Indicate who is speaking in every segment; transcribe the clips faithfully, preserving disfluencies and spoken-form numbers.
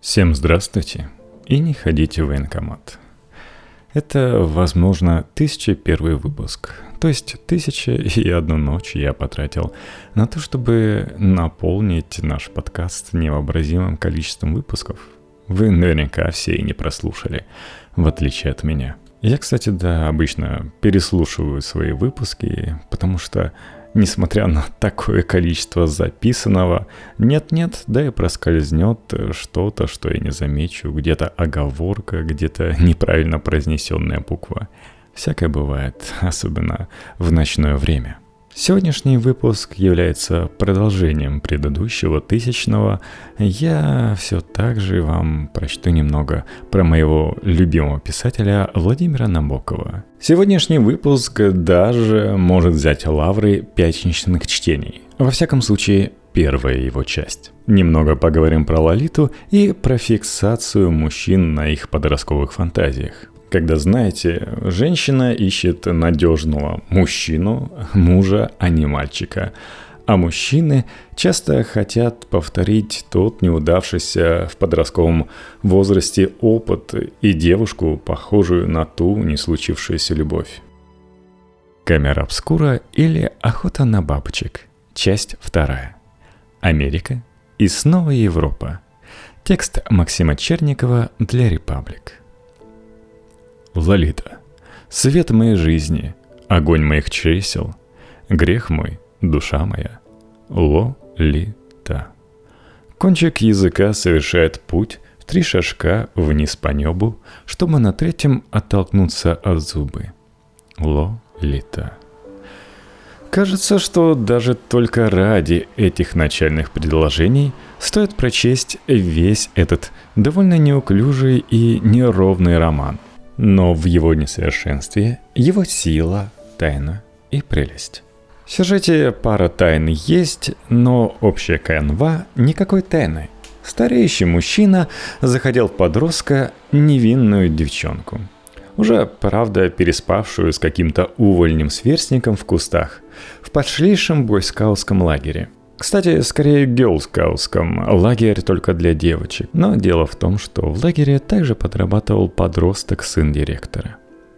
Speaker 1: Всем здравствуйте и не ходите в военкомат. Это, возможно, тысяча первый выпуск. То есть тысяча и одну ночь я потратил на то, чтобы наполнить наш подкаст невообразимым количеством выпусков. Вы наверняка все и не прослушали, в отличие от меня. Я, кстати, да, обычно переслушиваю свои выпуски, потому что, несмотря на такое количество записанного, нет-нет, да и проскользнет что-то, что я не замечу, где-то оговорка, где-то неправильно произнесенная буква. Всякое бывает, особенно в ночное время. Сегодняшний выпуск является продолжением предыдущего тысячного. Я все так же вам прочту немного про моего любимого писателя Владимира Набокова. Сегодняшний выпуск даже может взять лавры пятничных чтений. Во всяком случае, первая его часть. Немного поговорим про Лолиту и про фиксацию мужчин на их подростковых фантазиях. Когда, знаете, женщина ищет надежного мужчину, мужа, а не мальчика. А мужчины часто хотят повторить тот неудавшийся в подростковом возрасте опыт и девушку, похожую на ту не случившуюся любовь. Камера обскура или охота на бабочек. Часть вторая. Америка и снова Европа. Текст Максима Черникова для Репаблик. Лолита, свет моей жизни, огонь моих чресел, грех мой, душа моя, Лолита. Кончик языка совершает путь в три шажка вниз по небу, чтобы на третьем оттолкнуться от зубы. Лолита. Кажется, что даже только ради этих начальных предложений стоит прочесть весь этот довольно неуклюжий и неровный роман. Но в его несовершенстве его сила, тайна и прелесть. В сюжете пара тайн есть, но общая канва никакой тайны. Стареющий мужчина заходил в подростка невинную девчонку. Уже, правда, переспавшую с каким-то увольнем-сверстником в кустах, в пошлейшем бойскаутском лагере. Кстати, скорее гёрлскаутском, лагерь только для девочек. Но дело в том, что в лагере также подрабатывал подросток, сын директора.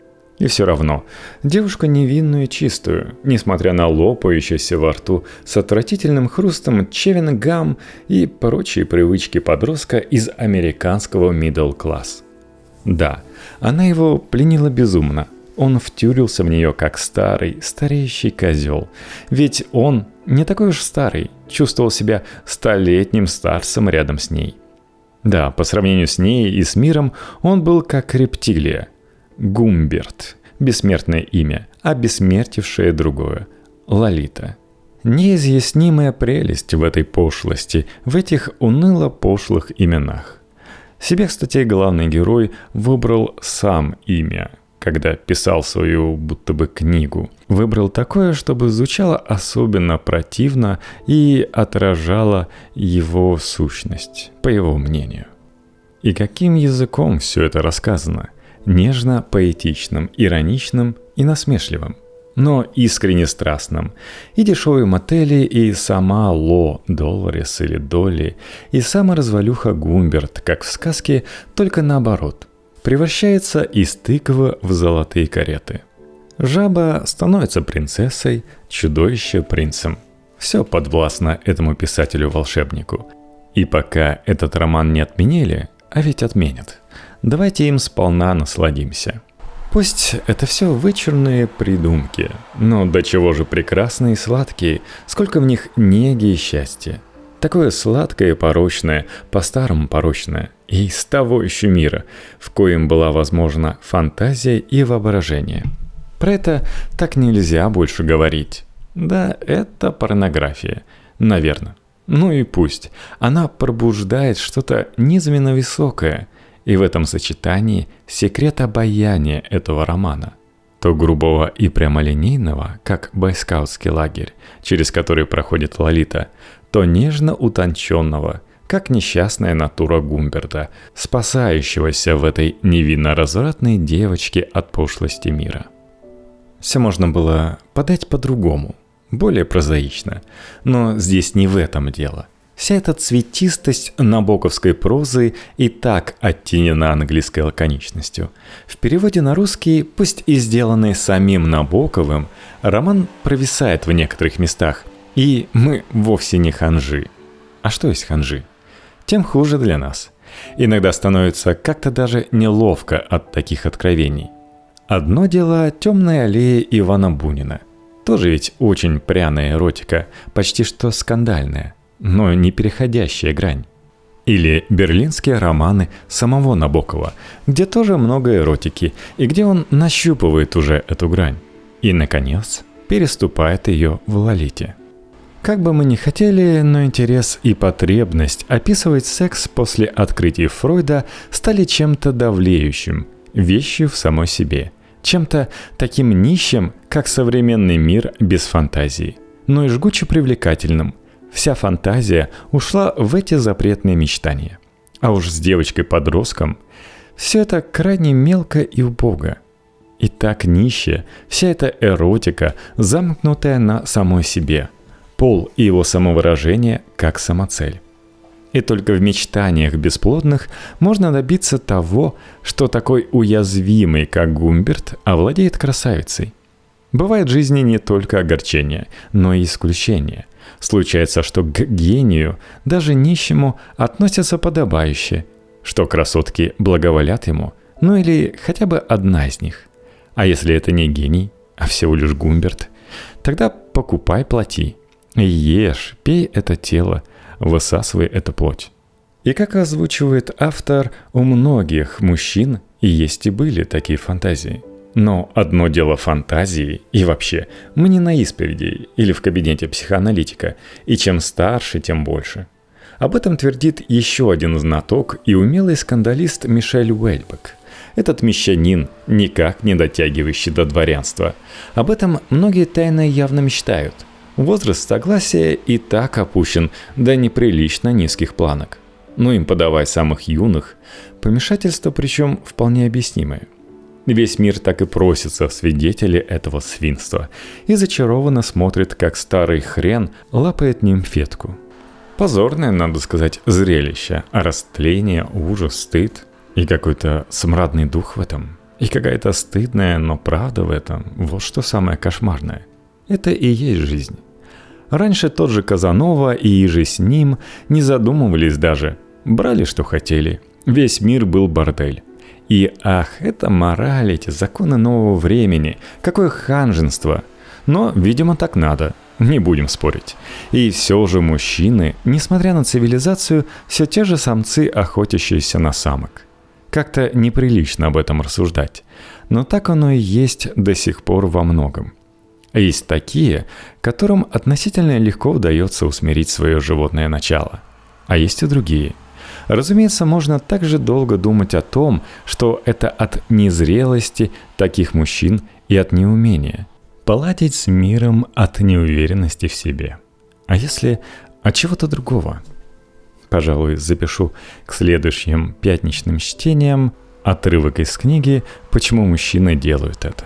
Speaker 1: И все равно, девушку невинную и чистую, несмотря на лопающийся во рту с отвратительным хрустом чевингам и прочие привычки подростка из американского middle class. Да, она его пленила безумно. Он втюрился в нее как старый, стареющий козел. Ведь он не такой уж старый, чувствовал себя столетним старцем рядом с ней. Да, по сравнению с ней и с миром, он был как рептилия. Гумберт, бессмертное имя, обессмертившее другое. Лолита. Неизъяснимая прелесть в этой пошлости, в этих уныло-пошлых именах. Себе, кстати, главный герой выбрал сам имя, когда писал свою будто бы книгу. Выбрал такое, чтобы звучало особенно противно и отражало его сущность, по его мнению. И каким языком все это рассказано? Нежно, поэтичным, ироничным и насмешливым, но искренне страстным. И дешевые мотели, и сама Ло Долорес или Долли, и сама развалюха Гумберт, как в сказке, только наоборот – превращается из тыквы в золотые кареты. Жаба становится принцессой, чудовище принцем. Все подвластно этому писателю-волшебнику. И пока этот роман не отменили, а ведь отменят, давайте им сполна насладимся. Пусть это все вычурные придумки, но до чего же прекрасные и сладкие, сколько в них неги и счастья. Такое сладкое и порочное, по-старому порочное, и из того еще мира, в коем была возможна фантазия и воображение. Про это так нельзя больше говорить. Да, это порнография, наверное. Ну и пусть. Она пробуждает что-то низменно высокое, и в этом сочетании секрет обаяния этого романа. То грубого и прямолинейного, как бойскаутский лагерь, через который проходит Лолита, то нежно утонченного, как несчастная натура Гумберта, спасающегося в этой невинно-развратной девочке от пошлости мира. Все можно было подать по-другому, более прозаично, но здесь не в этом дело. Вся эта цветистость набоковской прозы и так оттенена английской лаконичностью. В переводе на русский, пусть и сделанный самим Набоковым, роман провисает в некоторых местах, и мы вовсе не ханжи. А что есть ханжи? Тем хуже для нас. Иногда становится как-то даже неловко от таких откровений. Одно дело «Темная аллея» Ивана Бунина. Тоже ведь очень пряная эротика, почти что скандальная, но не переходящая грань. Или берлинские романы самого Набокова, где тоже много эротики, и где он нащупывает уже эту грань. И, наконец, переступает ее в «Лолите». Как бы мы ни хотели, но интерес и потребность описывать секс после открытий Фройда стали чем-то давлеющим, вещью в самой себе, чем-то таким нищим, как современный мир без фантазии, но и жгуче привлекательным. Вся фантазия ушла в эти запретные мечтания. А уж с девочкой-подростком все это крайне мелко и убого. И так нище вся эта эротика, замкнутая на самой себе, пол и его самовыражение как самоцель. И только в мечтаниях бесплодных можно добиться того, что такой уязвимый, как Гумберт, овладеет красавицей. Бывает в жизни не только огорчение, но и исключение. Случается, что к гению, даже нищему, относятся подобающе, что красотки благоволят ему, ну или хотя бы одна из них. А если это не гений, а всего лишь Гумберт, тогда покупай, плати. Ешь, пей это тело, высасывай эту плоть. И как озвучивает автор, у многих мужчин и есть и были такие фантазии. Но одно дело фантазии, и вообще, мы не на исповеди или в кабинете психоаналитика, и чем старше, тем больше. Об этом твердит еще один знаток и умелый скандалист Мишель Уэльбек. Этот мещанин, никак не дотягивающий до дворянства. Об этом многие тайно и явно мечтают. Возраст согласия и так опущен до неприлично низких планок. Но им подавай самых юных, помешательство причем вполне объяснимое. Весь мир так и просится в свидетели этого свинства и зачарованно смотрит, как старый хрен лапает нимфетку. Позорное, надо сказать, зрелище, а растление, ужас, стыд и какой-то смрадный дух в этом. И какая-то стыдная, но правда в этом, вот что самое кошмарное. Это и есть жизнь. Раньше тот же Казанова и иже с ним не задумывались даже. Брали, что хотели. Весь мир был бордель. И ах, это мораль, эти законы нового времени. Какое ханженство. Но, видимо, так надо. Не будем спорить. И все же мужчины, несмотря на цивилизацию, все те же самцы, охотящиеся на самок. Как-то неприлично об этом рассуждать. Но так оно и есть до сих пор во многом. А есть такие, которым относительно легко удается усмирить свое животное начало. А есть и другие. Разумеется, можно также долго думать о том, что это от незрелости таких мужчин и от неумения поладить с миром, от неуверенности в себе. А если от чего-то другого? Пожалуй, запишу к следующим пятничным чтениям отрывок из книги «Почему мужчины делают это».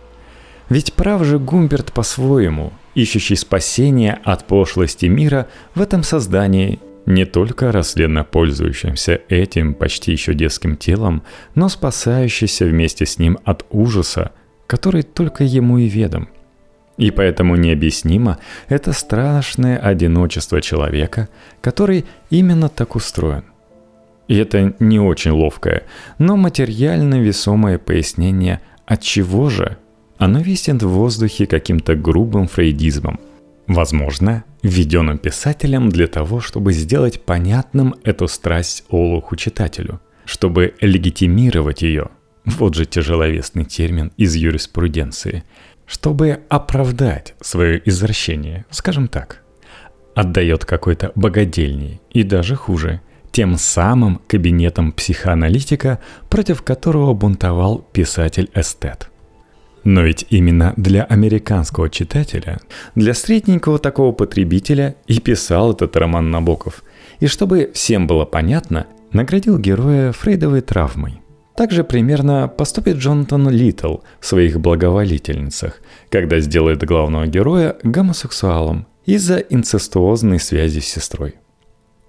Speaker 1: Ведь прав же Гумберт по-своему, ищущий спасения от пошлости мира в этом создании, не только расследно пользующимся этим почти еще детским телом, но спасающийся вместе с ним от ужаса, который только ему и ведом. И поэтому необъяснимо это страшное одиночество человека, который именно так устроен. И это не очень ловкое, но материально весомое пояснение, отчего же оно висит в воздухе каким-то грубым фрейдизмом. Возможно, введенным писателем для того, чтобы сделать понятным эту страсть олуху читателю, чтобы легитимировать ее, вот же тяжеловесный термин из юриспруденции, чтобы оправдать свое извращение, скажем так, отдает какой-то богадельней и даже хуже, тем самым кабинетом психоаналитика, против которого бунтовал писатель-эстет. Но ведь именно для американского читателя, для средненького такого потребителя и писал этот роман Набоков. И чтобы всем было понятно, наградил героя фрейдовой травмой. Также примерно поступит Джонатан Литтл в своих «Благоволительницах», когда сделает главного героя гомосексуалом из-за инцестуозной связи с сестрой.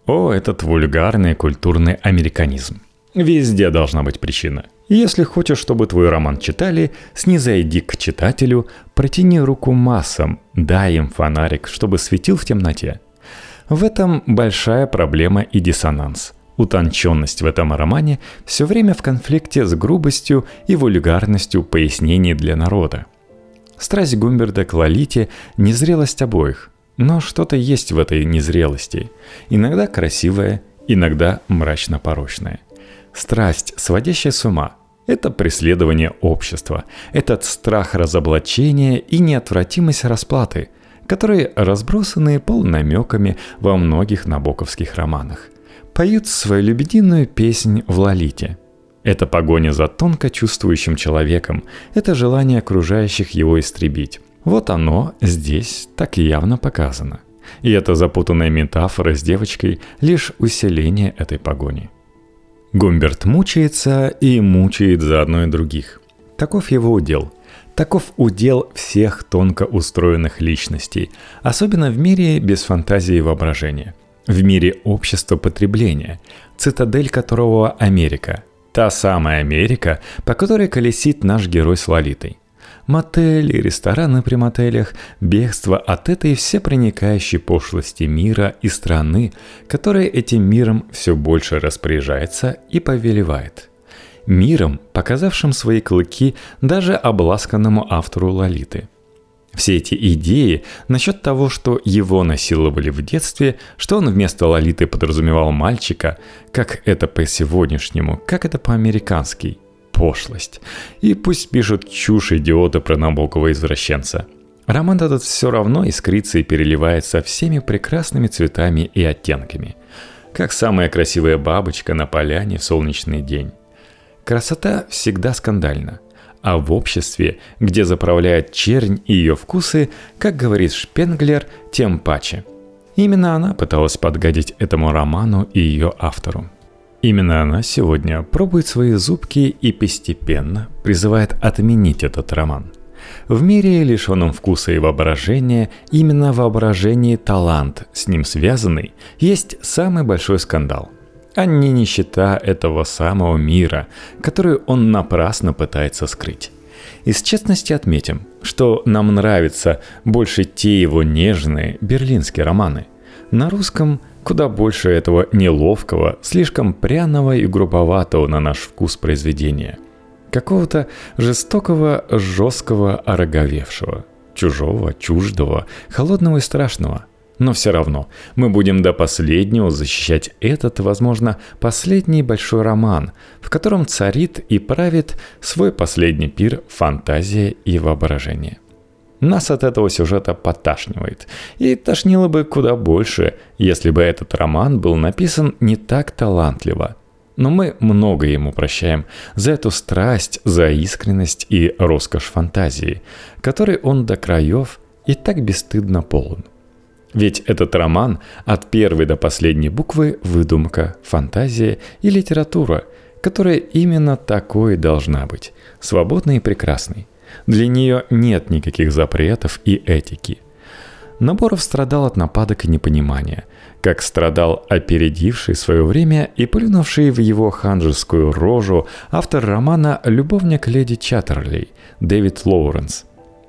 Speaker 1: О, этот вульгарный культурный американизм. Везде должна быть причина. Если хочешь, чтобы твой роман читали, снизойди к читателю, протяни руку массам, дай им фонарик, чтобы светил в темноте. В этом большая проблема и диссонанс. Утонченность в этом романе все время в конфликте с грубостью и вульгарностью пояснений для народа. Страсть Гумберта к Лолите – незрелость обоих, но что-то есть в этой незрелости. Иногда красивое, иногда мрачно-порочное. Страсть, сводящая с ума – это преследование общества, этот страх разоблачения и неотвратимость расплаты, которые разбросаны полунамеками во многих набоковских романах. Поют свою лебединую песнь в Лолите. Это погоня за тонко чувствующим человеком, это желание окружающих его истребить. Вот оно здесь так явно показано. И эта запутанная метафора с девочкой – лишь усиление этой погони. Гумберт мучается и мучает заодно и других. Таков его удел. Таков удел всех тонко устроенных личностей, особенно в мире без фантазии и воображения. В мире общества потребления, цитадель которого Америка. Та самая Америка, по которой колесит наш герой с Лолитой. Мотели, рестораны при мотелях, бегство от этой всепроникающей пошлости мира и страны, которая этим миром все больше распоряжается и повелевает. Миром, показавшим свои клыки даже обласканному автору Лолиты. Все эти идеи насчет того, что его насиловали в детстве, что он вместо Лолиты подразумевал мальчика, как это по-сегодняшнему, как это по-американски, пошлость. И пусть пишут чушь идиоты про Набокова извращенца. Роман этот все равно искрится и переливается всеми прекрасными цветами и оттенками, как самая красивая бабочка на поляне в солнечный день. Красота всегда скандальна. А в обществе, где заправляет чернь и ее вкусы, как говорит Шпенглер, тем паче. Именно она пыталась подгадить этому роману и ее автору. Именно она сегодня пробует свои зубки и постепенно призывает отменить этот роман. В мире, лишенном вкуса и воображения, именно воображение и талант, с ним связанный, есть самый большой скандал. А не нищета этого самого мира, которую он напрасно пытается скрыть. Из честности отметим, что нам нравятся больше те его нежные берлинские романы. На русском куда больше этого неловкого, слишком пряного и грубоватого на наш вкус произведения. Какого-то жестокого, жесткого, ороговевшего, чужого, чуждого, холодного и страшного. Но все равно мы будем до последнего защищать этот, возможно, последний большой роман, в котором царит и правит свой последний пир фантазия и воображение. Нас от этого сюжета поташнивает, и тошнило бы куда больше, если бы этот роман был написан не так талантливо. Но мы много ему прощаем за эту страсть, за искренность и роскошь фантазии, которой он до краев и так бесстыдно полон. Ведь этот роман от первой до последней буквы выдумка, фантазия и литература, которая именно такой должна быть, свободной и прекрасной. Для нее нет никаких запретов и этики. Наборов страдал от нападок и непонимания, как страдал опередивший свое время и плюнувший в его ханжескую рожу автор романа «Любовник леди Чаттерлей» Дэвид Лоуренс.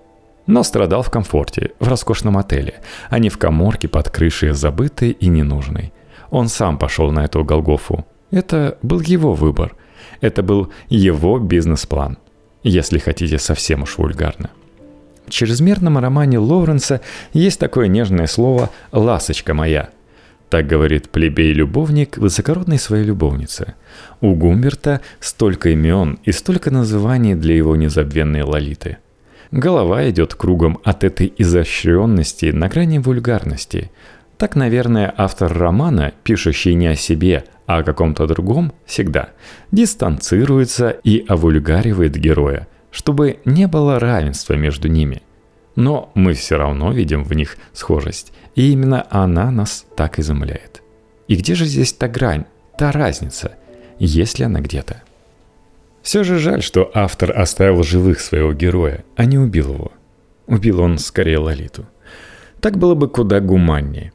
Speaker 1: Но страдал в комфорте, в роскошном отеле, а не в каморке под крышей забытой и ненужной. Он сам пошел на эту Голгофу. Это был его выбор. Это был его бизнес-план. Если хотите совсем уж вульгарно. В чрезмерном романе Лоуренса есть такое нежное слово «ласочка моя». Так говорит плебей-любовник высокородной своей любовнице. У Гумберта столько имен и столько называний для его незабвенной Лолиты. Голова идет кругом от этой изощренности на грани вульгарности. Так, наверное, автор романа, пишущий не о себе, а о каком-то другом, всегда дистанцируется и овульгаривает героя, чтобы не было равенства между ними. Но мы все равно видим в них схожесть, и именно она нас так изумляет. И где же здесь та грань, та разница, есть ли она где-то? Все же жаль, что автор оставил живых своего героя, а не убил его. Убил он скорее Лолиту. Так было бы куда гуманнее.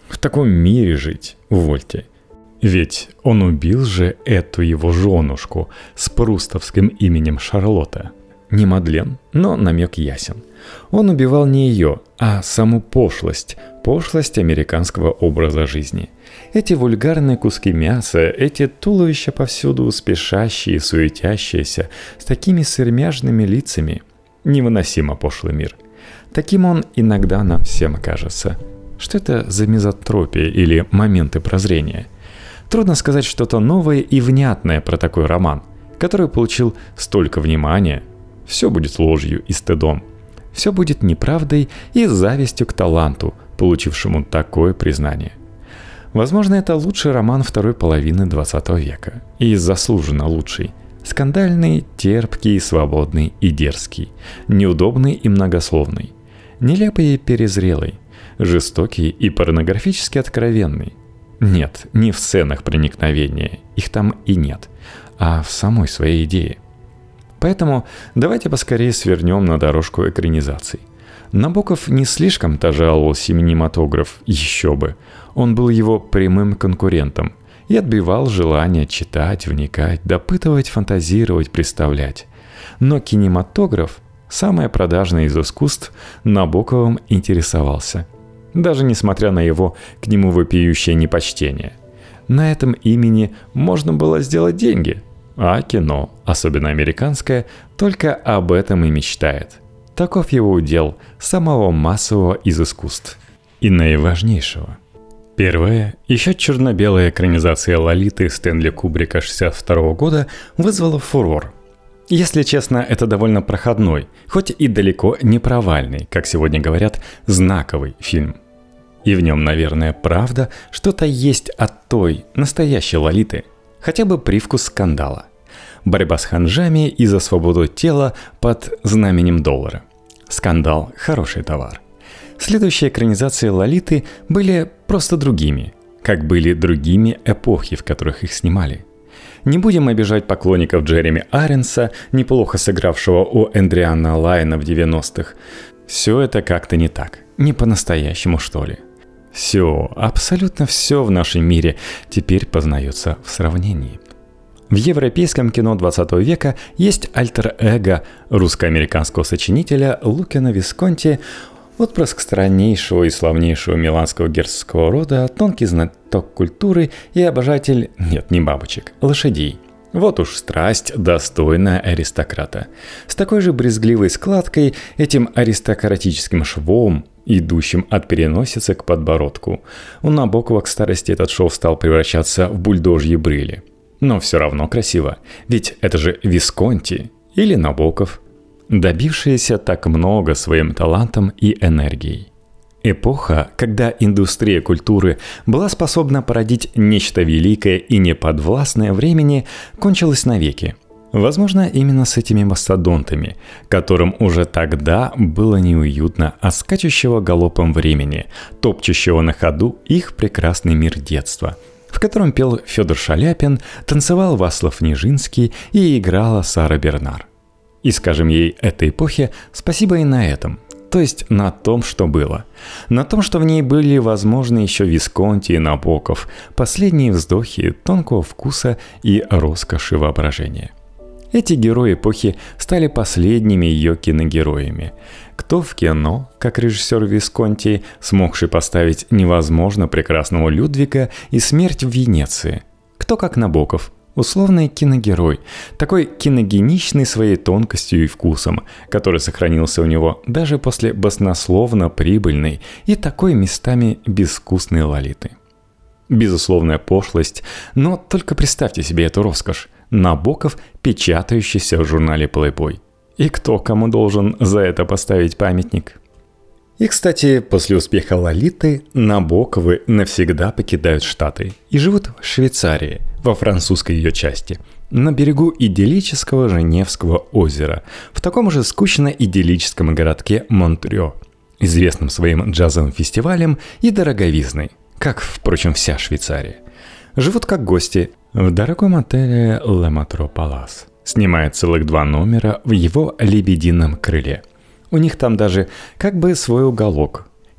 Speaker 1: В таком мире жить, увольте. Ведь он убил же эту его женушку с прустовским именем Шарлотта. Не Мадлен, но намек ясен. Он убивал не ее, а саму пошлость, пошлость американского образа жизни. Эти вульгарные куски мяса, эти туловища повсюду спешащие, суетящиеся, с такими сырмяжными лицами. Невыносимо пошлый мир. Таким он иногда нам всем кажется. Что это за мизантропия или моменты прозрения? Трудно сказать что-то новое и внятное про такой роман, который получил столько внимания. Все будет ложью и стыдом. Все будет неправдой и завистью к таланту, получившему такое признание. Возможно, это лучший роман второй половины двадцатого века. И заслуженно лучший. Скандальный, терпкий, свободный и дерзкий. Неудобный и многословный. Нелепый и перезрелый. Жестокий и порнографически откровенный. Нет, не в сценах проникновения, их там и нет, а в самой своей идее. Поэтому давайте поскорее свернем на дорожку экранизаций. Набоков не слишком-то жаловал кинематограф, еще бы. Он был его прямым конкурентом и отбивал желание читать, вникать, допытывать, фантазировать, представлять. Но кинематограф, самое продажное из искусств, Набоковым интересовался. Даже несмотря на его к нему вопиющее непочтение. На этом имени можно было сделать деньги. А кино, особенно американское, только об этом и мечтает. Таков его удел, самого массового из искусств. И наиважнейшего. Первая, еще черно-белая экранизация «Лолиты» Стэнли Кубрика шестьдесят второго года вызвала фурор. Если честно, это довольно проходной, хоть и далеко не провальный, как сегодня говорят, знаковый фильм. И в нем, наверное, правда, что-то есть от той, настоящей Лолиты. Хотя бы привкус скандала. Борьба с ханжами и за свободу тела под знаменем доллара. Скандал – хороший товар. Следующие экранизации Лолиты были просто другими, как были другими эпохи, в которых их снимали. Не будем обижать поклонников Джереми Айронса, неплохо сыгравшего у Эдриана Лайна в девяностых. Все это как-то не так, не по-настоящему, что ли. Все, абсолютно все в нашем мире теперь познается в сравнении. В европейском кино двадцатого века есть альтер-эго русско-американского сочинителя Лукино Висконти, отпрыск страннейшего и славнейшего миланского герцогского рода, тонкий знаток культуры и обожатель, нет, не бабочек, лошадей. Вот уж страсть, достойная аристократа. С такой же брезгливой складкой, этим аристократическим швом, идущим от переносицы к подбородку. У Набокова к старости этот шов стал превращаться в бульдожьи брыли. Но все равно красиво, ведь это же Висконти или Набоков, добившиеся так много своим талантом и энергией. Эпоха, когда индустрия культуры была способна породить нечто великое и неподвластное времени, кончилась навеки. Возможно, именно с этими мастодонтами, которым уже тогда было неуютно от скачущего галопом времени, топчущего на ходу их прекрасный мир детства, в котором пел Федор Шаляпин, танцевал Васлав Нижинский и играла Сара Бернар. И скажем ей этой эпохе спасибо и на этом, то есть на том, что было. На том, что в ней были возможны еще Висконти и Набоков, последние вздохи тонкого вкуса и роскоши воображения. Эти герои эпохи стали последними ее киногероями. Кто в кино, как режиссер Висконти, смогший поставить невозможно прекрасного Людвига и смерть в Венеции? Кто как Набоков, условный киногерой, такой киногеничный своей тонкостью и вкусом, который сохранился у него даже после баснословно прибыльной и такой местами безвкусной Лолиты. Безусловная пошлость, но только представьте себе эту роскошь. Набоков, печатающийся в журнале Playboy. И кто кому должен за это поставить памятник? И, кстати, после успеха Лолиты Набоковы навсегда покидают Штаты и живут в Швейцарии, во французской ее части, на берегу идиллического Женевского озера, в таком же скучно-идиллическом городке Монтрё, известном своим джазовым фестивалем и дороговизной, как, впрочем, вся Швейцария. Живут как гости в дорогом отеле Le Metro Palace. Снимает целых два номера в его лебедином крыле. У них там даже как бы свой уголок,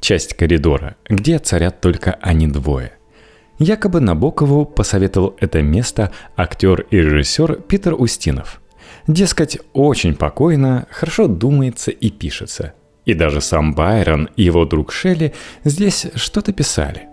Speaker 1: часть коридора, где царят только они двое. Якобы Набокову посоветовал это место актер и режиссер Питер Устинов. Дескать, очень покойно, хорошо думается и пишется. И даже сам Байрон и его друг Шелли здесь что-то писали.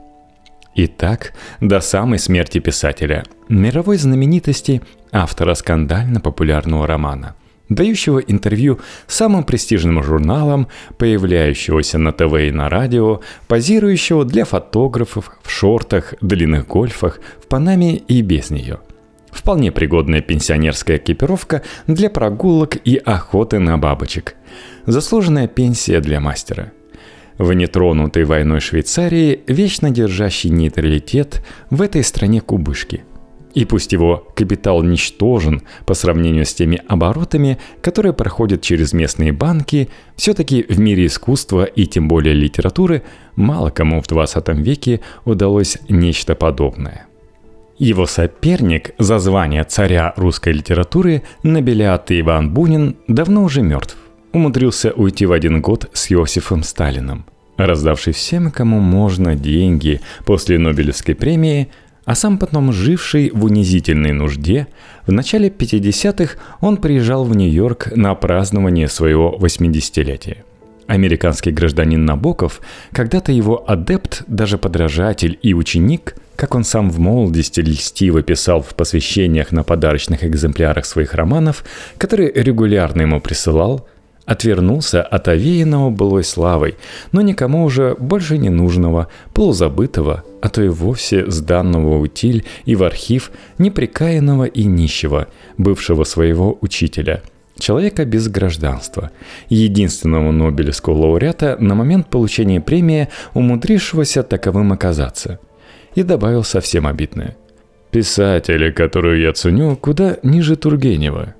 Speaker 1: И так, до самой смерти писателя, мировой знаменитости, автора скандально-популярного романа, дающего интервью самым престижным журналам, появляющегося на ТВ и на радио, позирующего для фотографов в шортах, длинных гольфах, в панаме и без нее. Вполне пригодная пенсионерская экипировка для прогулок и охоты на бабочек. Заслуженная пенсия для мастера. В нетронутой войной Швейцарии, вечно держащий нейтралитет в этой стране кубышки. И пусть его капитал ничтожен по сравнению с теми оборотами, которые проходят через местные банки, все-таки в мире искусства и тем более литературы мало кому в двадцатом веке удалось нечто подобное. Его соперник за звание царя русской литературы, нобелиат Иван Бунин, давно уже мертв. Умудрился уйти в один год с Иосифом Сталиным, раздавший всем, кому можно, деньги после Нобелевской премии, а сам потом живший в унизительной нужде. В начале пятидесятых он приезжал в Нью-Йорк на празднование своего восьмидесятилетия. Американский гражданин Набоков, когда-то его адепт, даже подражатель и ученик, как он сам в молодости льстиво писал в посвящениях на подарочных экземплярах своих романов, которые регулярно ему присылал, отвернулся от овеянного былой славой, но никому уже больше не нужного, полузабытого, а то и вовсе сданного в утиль и в архив непрекаянного и нищего, бывшего своего учителя, человека без гражданства, единственного нобелевского лауреата на момент получения премии, умудрившегося таковым оказаться. И добавил совсем обидное: «Писателя, которую я ценю, куда ниже Тургенева».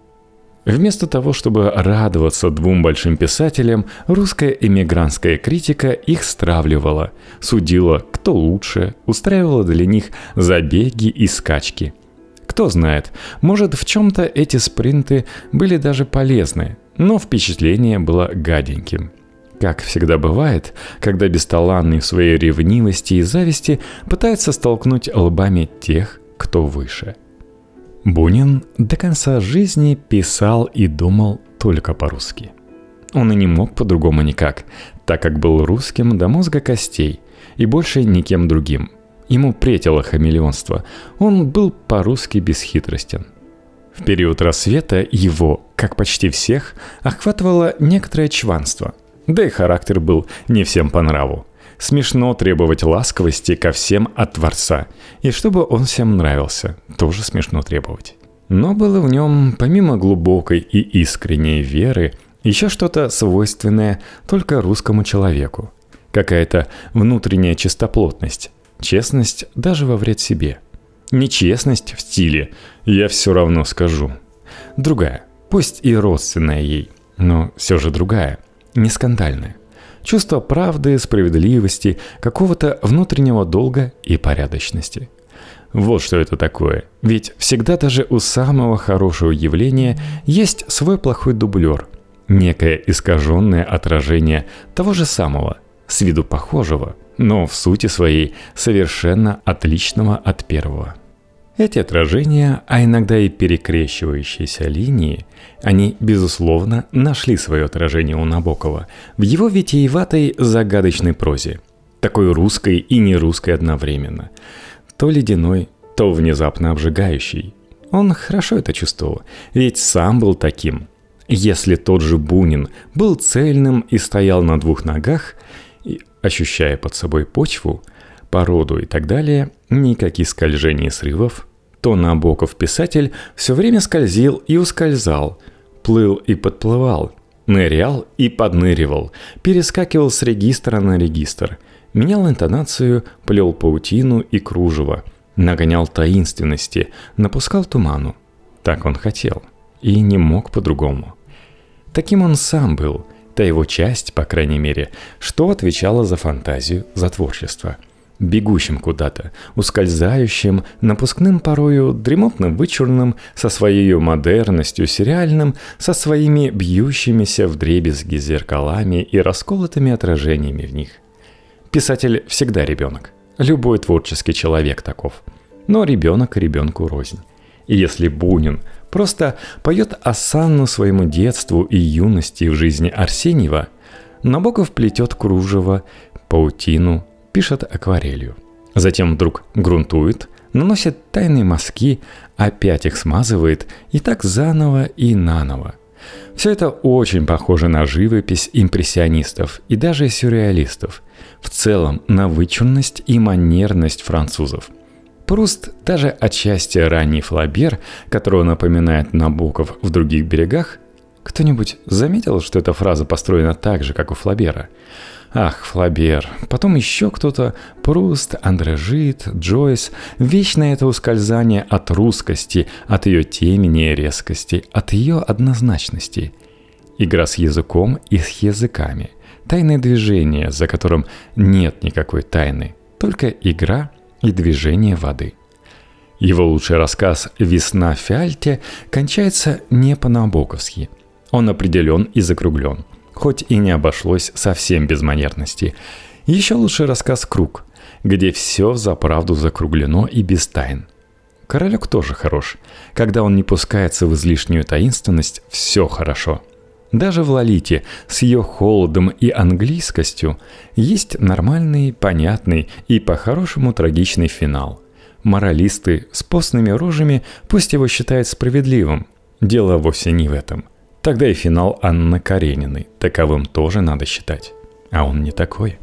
Speaker 1: Вместо того, чтобы радоваться двум большим писателям, русская эмигрантская критика их стравливала, судила, кто лучше, устраивала для них забеги и скачки. Кто знает, может, в чем-то эти спринты были даже полезны, но впечатление было гаденьким. Как всегда бывает, когда бесталанный в своей ревнивости и зависти пытается столкнуть лбами тех, кто выше. Бунин до конца жизни писал и думал только по-русски. Он и не мог по-другому никак, так как был русским до мозга костей и больше никем другим. Ему претило хамелеонство, он был по-русски бесхитростен. В период рассвета его, как почти всех, охватывало некоторое чванство, да и характер был не всем по нраву. Смешно требовать ласковости ко всем от Творца, и чтобы он всем нравился, тоже смешно требовать. Но было в нем, помимо глубокой и искренней веры, еще что-то свойственное только русскому человеку. Какая-то внутренняя чистоплотность, честность даже во вред себе. Нечестность в стиле «я все равно скажу». Другая, пусть и родственная ей, но все же другая, не скандальная. Чувство правды, справедливости, какого-то внутреннего долга и порядочности. Вот что это такое. Ведь всегда даже у самого хорошего явления есть свой плохой дублер. Некое искаженное отражение того же самого, с виду похожего, но в сути своей совершенно отличного от первого. Эти отражения, а иногда и перекрещивающиеся линии, они, безусловно, нашли свое отражение у Набокова в его витиеватой загадочной прозе, такой русской и нерусской одновременно, то ледяной, то внезапно обжигающий. Он хорошо это чувствовал, ведь сам был таким. Если тот же Бунин был цельным и стоял на двух ногах, и, ощущая под собой почву, породу и так далее, никаких скольжений и срывов, то Набоков-писатель все время скользил и ускользал, плыл и подплывал, нырял и подныривал, перескакивал с регистра на регистр, менял интонацию, плел паутину и кружево, нагонял таинственности, напускал туману. Так он хотел и не мог по-другому. Таким он сам был, та его часть, по крайней мере, что отвечала за фантазию, за творчество. Бегущим куда-то, ускользающим, напускным порою, дремотно-вычурным, со своей модерностью сериальным, со своими бьющимися вдребезги зеркалами и расколотыми отражениями в них. Писатель всегда ребенок. Любой творческий человек таков. Но ребенок ребенку рознь. И если Бунин просто поет осанну своему детству и юности в жизни Арсеньева, Набоков плетет кружево, паутину, пишет акварелью. Затем вдруг грунтует, наносит тайные мазки, опять их смазывает, и так заново и наново. Все это очень похоже на живопись импрессионистов и даже сюрреалистов, в целом на вычурность и манерность французов. Пруст, даже отчасти ранний Флабер, которого напоминает Набоков в других берегах. Кто-нибудь заметил, что эта фраза построена так же, как у Флабера? Ах, Флабер, потом еще кто-то, Пруст, Андре Жид, Джойс. Вечное это ускользание от русскости, от ее темени и резкости, от ее однозначности. Игра с языком и с языками. Тайное движение, за которым нет никакой тайны, только игра и движение воды. Его лучший рассказ «Весна в Фиальте» кончается не по-набоковски. Он определен и закруглен, хоть и не обошлось совсем без манерности. Еще лучший рассказ «Круг», где все взаправду закруглено и без тайн. «Королек» тоже хорош. Когда он не пускается в излишнюю таинственность, все хорошо. Даже в «Лолите» с ее холодом и английскостью есть нормальный, понятный и по-хорошему трагичный финал. Моралисты с постными рожами пусть его считают справедливым. Дело вовсе не в этом. Тогда и финал Анны Карениной таковым тоже надо считать. А он не такой.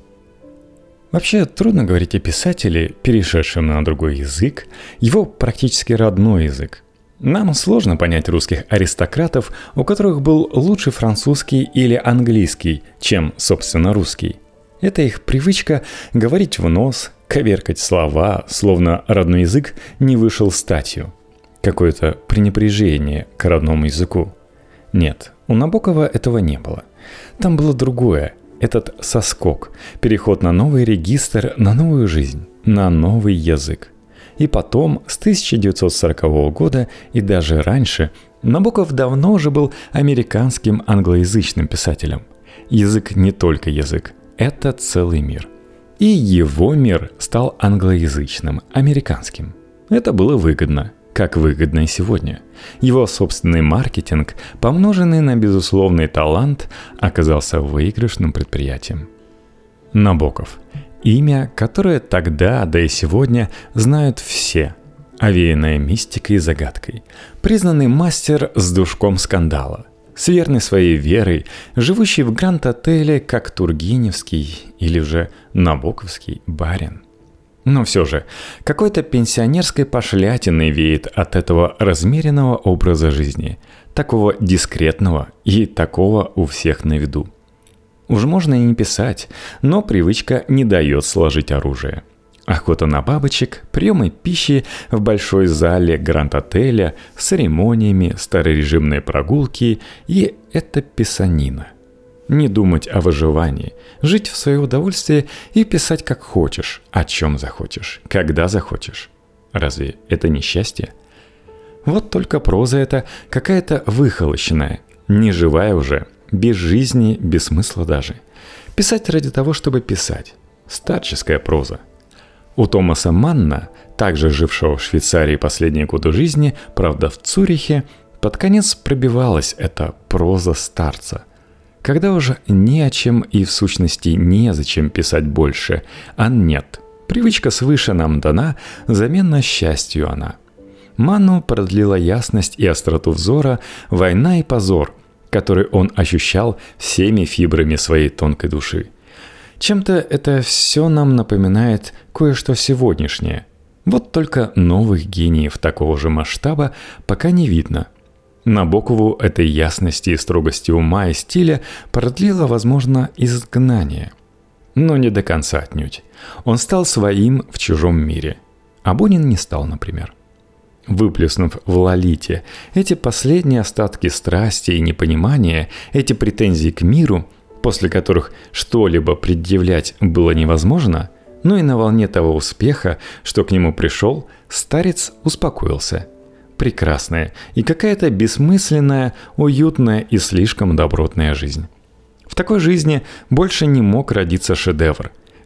Speaker 1: Вообще трудно говорить о писателе, перешедшем на другой язык, его практически родной язык. Нам сложно понять русских аристократов, у которых был лучше французский или английский, чем, собственно, русский. Это их привычка говорить в нос, коверкать слова, словно родной язык не вышел статью. Какое-то пренебрежение к родному языку. Нет, у Набокова этого не было. Там было другое. Этот соскок, переход на новый регистр, на новую жизнь, на новый язык. И потом, с тысяча девятьсот сорокового года и даже раньше, Набоков давно уже был американским англоязычным писателем. Язык не только язык, это целый мир. И его мир стал англоязычным, американским. Это было выгодно, как выгодно и сегодня. Его собственный маркетинг, помноженный на безусловный талант, оказался выигрышным предприятием. Набоков. Имя, которое тогда, да и сегодня знают все, овеянное мистикой и загадкой, признанный мастер с душком скандала, с верной своей верой, живущий в Гранд-отеле как тургеневский или же набоковский барин. Но все же, какой-то пенсионерской пошлятиной веет от этого размеренного образа жизни, такого дискретного и такого у всех на виду. Уж можно и не писать, но привычка не дает сложить оружие. Охота на бабочек, приемы пищи в большой зале Гранд-отеля с церемониями, старорежимные прогулки и это писанина. Не думать о выживании, жить в свое удовольствие и писать как хочешь, о чем захочешь, когда захочешь. Разве это не счастье? Вот только проза эта какая-то выхолощенная, неживая уже, без жизни, без смысла даже. Писать ради того, чтобы писать. Старческая проза. У Томаса Манна, также жившего в Швейцарии последние годы жизни, правда в Цюрихе, под конец пробивалась эта проза старца. Когда уже не о чем и в сущности незачем писать больше, а нет. Привычка свыше нам дана, замена счастью она. Манну продлила ясность и остроту взора «Война и позор», который он ощущал всеми фибрами своей тонкой души. Чем-то это все нам напоминает кое-что сегодняшнее. Вот только новых гениев такого же масштаба пока не видно. Набокову этой ясности и строгости ума и стиля продлило, возможно, изгнание. Но не до конца отнюдь. Он стал своим в чужом мире. А Бунин не стал, например. Выплеснув в «Лолите» эти последние остатки страсти и непонимания, эти претензии к миру, после которых что-либо предъявлять было невозможно, но и на волне того успеха, что к нему пришел, старец успокоился. Прекрасная и какая-то бессмысленная, уютная и слишком добротная жизнь. В такой жизни больше не мог родиться шедевр,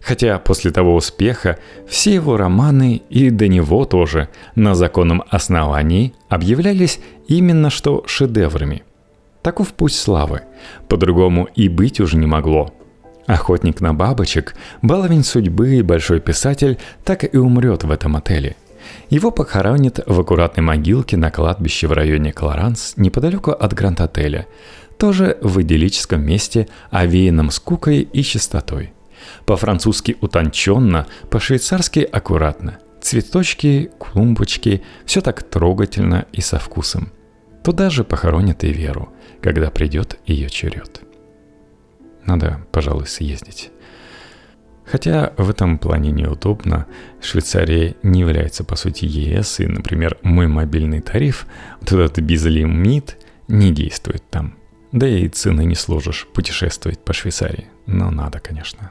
Speaker 1: Хотя после того успеха все его романы и до него тоже на законном основании объявлялись именно что шедеврами. Таков путь славы, по-другому и быть уже не могло. Охотник на бабочек, баловень судьбы и большой писатель так и умрет в этом отеле. Его похоронят в аккуратной могилке на кладбище в районе Кларанс, неподалеку от Гранд-отеля, тоже в идиллическом месте, овеянном скукой и чистотой. По-французски утонченно, по-швейцарски аккуратно. Цветочки, клумбочки, все так трогательно и со вкусом. Туда же похоронят и Веру, когда придет ее черед. Надо, пожалуй, съездить. Хотя в этом плане неудобно. Швейцария не является, по сути, ЕС, и, например, мой мобильный тариф, вот этот безлимит, не действует там. Да и цены не сложишь путешествовать по Швейцарии. Но надо, конечно.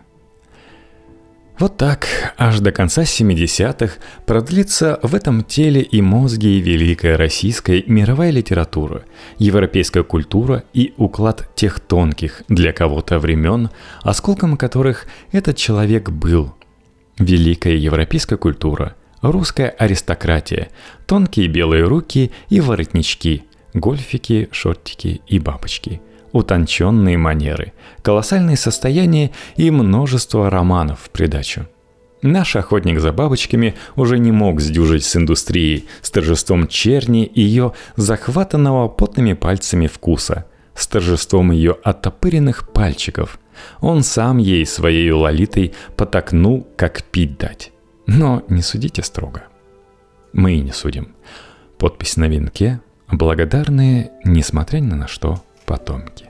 Speaker 1: Вот так, аж до конца семидесятых продлится в этом теле и мозге великая российская мировая литература, европейская культура и уклад тех тонких для кого-то времен, осколком которых этот человек был. Великая европейская культура, русская аристократия, тонкие белые руки и воротнички, гольфики, шортики и бабочки. Утонченные манеры, колоссальные состояния и множество романов в придачу. Наш охотник за бабочками уже не мог сдюжить с индустрией, с торжеством черни и ее захватанного потными пальцами вкуса, с торжеством ее оттопыренных пальчиков. Он сам ей своей лолитой потакнул, как пить дать. Но не судите строго. Мы и не судим. Подпись на венке, благодарные, несмотря ни на что, потомки.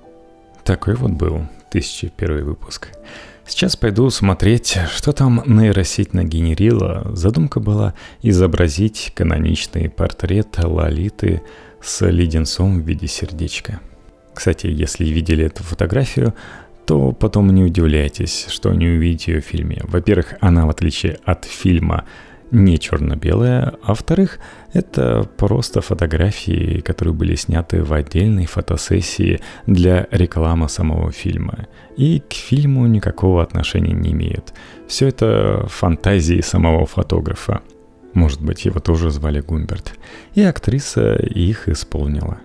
Speaker 1: Такой вот был тысяча первый выпуск. Сейчас пойду смотреть, что там нейросеть нагенерила. Задумка была изобразить каноничный портрет Лолиты с леденцом в виде сердечка. Кстати, если видели эту фотографию, то потом не удивляйтесь, что не увидите ее в фильме. Во-первых, она, в отличие от фильма, не черно-белая, а во-вторых, это просто фотографии, которые были сняты в отдельной фотосессии для рекламы самого фильма. И к фильму никакого отношения не имеют. Все это фантазии самого фотографа. Может быть, его тоже звали Гумберт. И актриса их исполнила.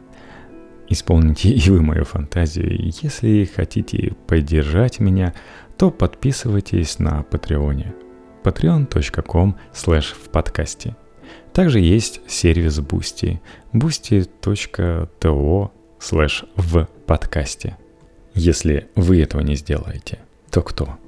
Speaker 1: Исполните и вы мою фантазию. Если хотите поддержать меня, то подписывайтесь на Патреоне. patreon точка ком слэш в подкасте. Также есть сервис Boosty. boosty точка то слэш в подкасте. Если вы этого не сделаете, то кто?